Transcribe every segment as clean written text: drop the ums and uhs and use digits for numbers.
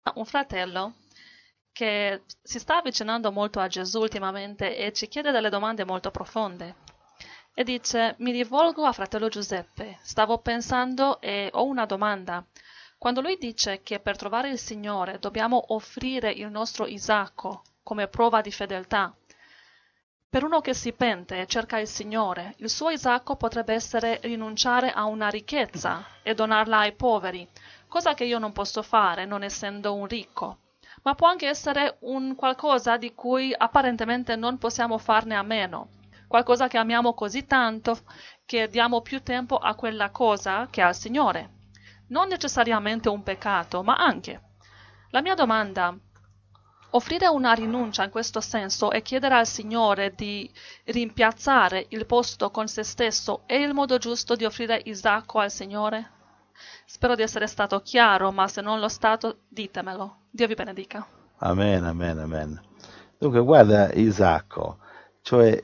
un fratello che si sta avvicinando molto a Gesù ultimamente e ci chiede delle domande molto profonde. E dice: mi rivolgo a fratello Giuseppe, stavo pensando e ho una domanda. Quando lui dice che per trovare il Signore dobbiamo offrire il nostro Isacco come prova di fedeltà, per uno che si pente e cerca il Signore, il suo Isacco potrebbe essere rinunciare a una ricchezza e donarla ai poveri, cosa che io non posso fare non essendo un ricco. Ma può anche essere un qualcosa di cui apparentemente non possiamo farne a meno, qualcosa che amiamo così tanto che diamo più tempo a quella cosa che al Signore. Non necessariamente un peccato, ma anche. La mia domanda: offrire una rinuncia in questo senso e chiedere al Signore di rimpiazzare il posto con se stesso è il modo giusto di offrire Isacco al Signore? Spero di essere stato chiaro, ma se non lo stato, ditemelo. Dio vi benedica. Amen, amen, amen. Dunque, guarda Isacco, cioè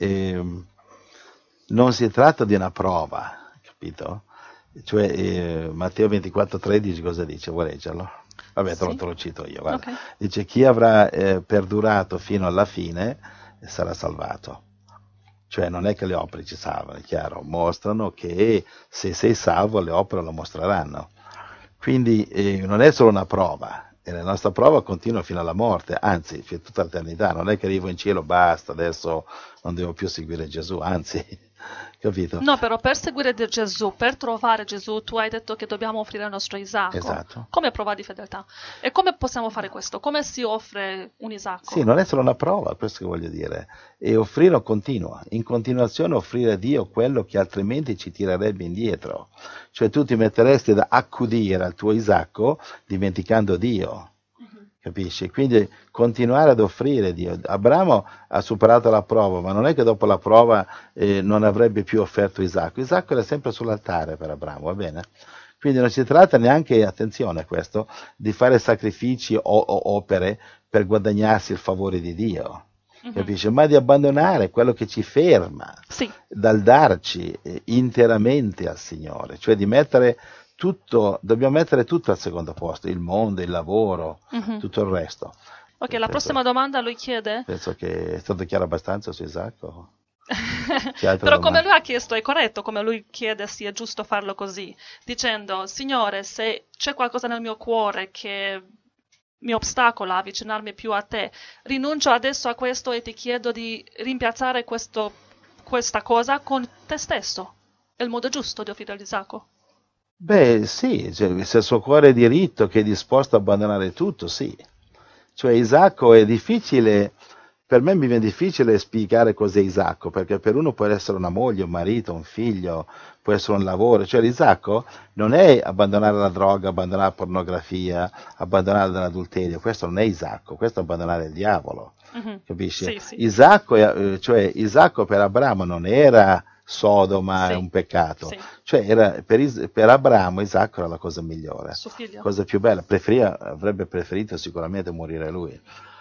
non si tratta di una prova, capito? Cioè Matteo 24,13 cosa dice? Vuoi leggerlo? Vabbè, Sì? te lo cito io, guarda. Ok. Dice: chi avrà perdurato fino alla fine sarà salvato. Cioè non è che le opere ci salvano, è chiaro, mostrano che se sei salvo le opere lo mostreranno. Quindi non è solo una prova, e la nostra prova continua fino alla morte, anzi, fino a tutta l'eternità. Non è che arrivo in cielo, basta, adesso non devo più seguire Gesù, anzi, capito? No, però per seguire Gesù, per trovare Gesù, tu hai detto che dobbiamo offrire il nostro Isacco Esatto. come prova di fedeltà. E come possiamo fare questo? Come si offre un Sì, Isacco? non è solo una prova, questo che voglio dire, e offrirlo continua, in continuazione offrire a Dio quello che altrimenti ci tirerebbe indietro, cioè tu ti metteresti ad accudire al tuo Isacco dimenticando Dio, capisci? Quindi continuare ad offrire Dio. Abramo ha superato la prova, ma non è che dopo la prova non avrebbe più offerto Isacco. Isacco era sempre sull'altare per Abramo, va bene? Quindi non si tratta neanche, attenzione a questo, di fare sacrifici o opere per guadagnarsi il favore di Dio, Mhm. capisci? Ma di abbandonare quello che ci ferma Sì. dal darci interamente al Signore, cioè di mettere tutto, dobbiamo mettere tutto al secondo posto, il mondo, il lavoro, Mhm. tutto il resto. Ok, la prossima Penso, domanda lui chiede. penso che è stato chiaro abbastanza su Isacco. C'è altre Però come domande? lui ha chiesto è corretto, come lui chiede sì, è giusto farlo così, dicendo: Signore, se c'è qualcosa nel mio cuore che mi ostacola a avvicinarmi più a te, rinuncio adesso a questo e ti chiedo di rimpiazzare questa cosa con te stesso. È il modo giusto di offrire l'Isacco. Beh, sì, cioè, se il suo cuore è diritto, che è disposto a abbandonare tutto, sì. Cioè Isacco è difficile, per me mi viene difficile spiegare cos'è Isacco, perché per uno può essere una moglie, un marito, un figlio, può essere un lavoro, cioè l'Isacco non è abbandonare la droga, abbandonare la pornografia, abbandonare l'adulterio, questo non è Isacco, questo è abbandonare il diavolo, Mhm. capisci? Sì, sì, Isacco, cioè Isacco per Abramo non era Sodoma, è sì, un peccato, sì, cioè per Abramo Isacco era la cosa migliore, suo figlio. cosa più bella, avrebbe preferito sicuramente morire lui.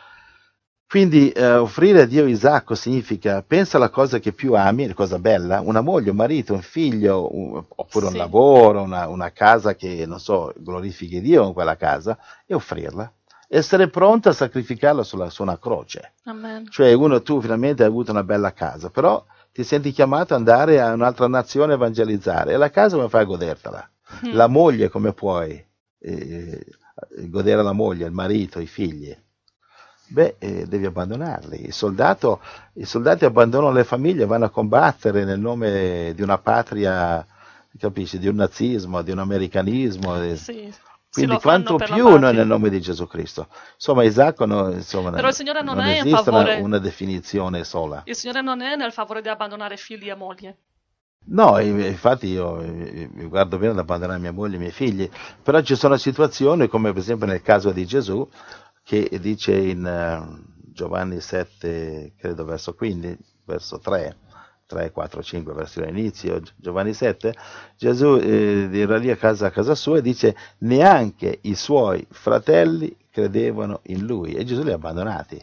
Quindi offrire a Dio Isacco significa: pensa alla cosa che più ami, la cosa bella, una moglie, un marito, un figlio, oppure un Sì, lavoro, una casa che, non so, glorifichi Dio in quella casa, e offrirla. Essere pronto a sacrificarla su una croce. amen. Cioè tu finalmente hai avuto una bella casa, però ti senti chiamato ad andare a un'altra nazione a evangelizzare, e la casa come fai a godertela? Mm. La moglie come puoi eh, godere la moglie, il marito, i figli? Beh, devi abbandonarli. I soldati abbandonano le famiglie, vanno a combattere nel nome di una patria, capisci, di un nazismo, di un americanismo. Sì, sì, Quindi lo fanno quanto per la più noi patria. nel nome di Gesù Cristo. Insomma, Isacco insomma, Però il Signore non non è in esiste una favore, definizione sola. il Signore non è nel favore di abbandonare figli e moglie. No, infatti io mi guardo bene ad abbandonare mia moglie e i miei figli, però ci sono situazioni, come per esempio nel caso di Gesù, che dice in Giovanni 7, credo verso 15, verso 3, 3, 4, 5 verso l'inizio, Giovanni 7, Gesù era lì a casa sua e dice: neanche i suoi fratelli credevano in lui, e Gesù li ha abbandonati.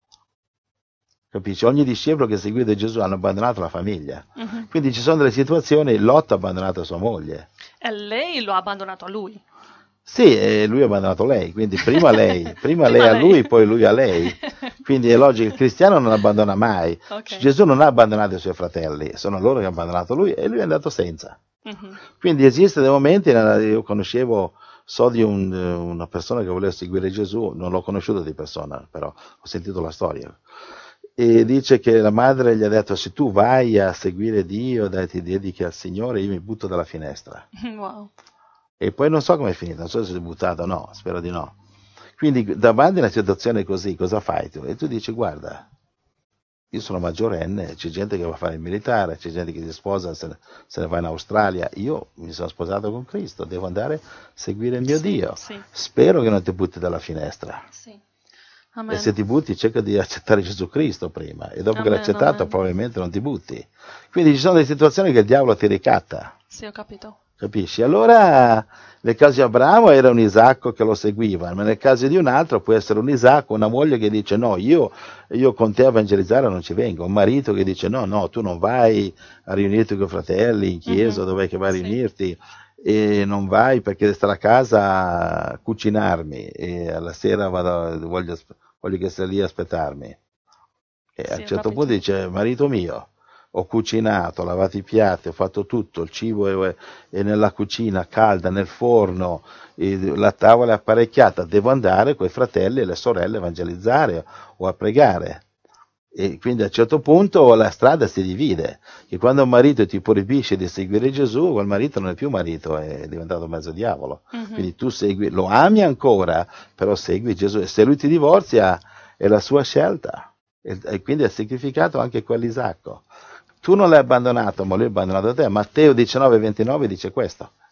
Capisci? Ogni discepolo che ha seguito Gesù hanno abbandonato la famiglia. Mhm. Quindi ci sono delle situazioni, Lot ha abbandonato sua moglie. E lei lo ha abbandonato a lui. Sì, e lui ha abbandonato lei, quindi prima lei, prima lei Prima a lei. lui, poi lui a lei. Quindi è logico, il cristiano non abbandona mai. Ok. Gesù non ha abbandonato i suoi fratelli, sono loro che hanno abbandonato lui e lui è andato senza. Mhm. Quindi esiste dei momenti, io conoscevo, so di una persona che voleva seguire Gesù, non l'ho conosciuto di persona, però ho sentito la storia. E dice che la madre gli ha detto: se tu vai a seguire Dio, dai, ti dedichi al Signore, io mi butto dalla finestra. Wow. E poi non so come è finita, non so se si è buttato o no, spero di no. Quindi davanti a una situazione così, cosa fai tu? E tu dici: guarda, io sono maggiorenne, c'è gente che va a fare il militare, c'è gente che si sposa, se ne va in Australia. Io mi sono sposato con Cristo, devo andare a seguire il mio Sì, Dio. sì, Spero che non ti butti dalla finestra. sì. E Amen. se ti butti, cerca di accettare Gesù Cristo prima. E dopo che l'hai Amen, accettato, amen. probabilmente non ti butti. Quindi ci sono delle situazioni che il diavolo ti ricatta. Sì, ho capito. Capisci? Allora, nel caso di Abramo era un Isacco che lo seguiva, ma nel caso di un altro può essere un Isacco, una moglie che dice: no, io con te a evangelizzare non ci vengo, un marito che dice: no, no, tu non vai a riunirti con i fratelli in chiesa, Mhm. dov'è che vai a Sì, riunirti? E non vai perché devi stare a casa a cucinarmi e alla sera voglio che stai lì a aspettarmi. E a sì, un ho certo punto capito. dice: marito mio, ho cucinato, ho lavato i piatti, ho fatto tutto, il cibo è nella cucina calda, nel forno, la tavola è apparecchiata, devo andare con i fratelli e le sorelle a evangelizzare o a pregare. E quindi a un certo punto la strada si divide, che quando un marito ti proibisce di seguire Gesù, quel marito non è più marito, è diventato mezzo diavolo. Mhm. Quindi tu segui, lo ami ancora, però segui Gesù e se lui ti divorzia è la sua scelta e quindi ha sacrificato anche quell'Isacco. Tu non l'hai abbandonato, ma lui ha abbandonato te. Matteo 19,29 dice questo.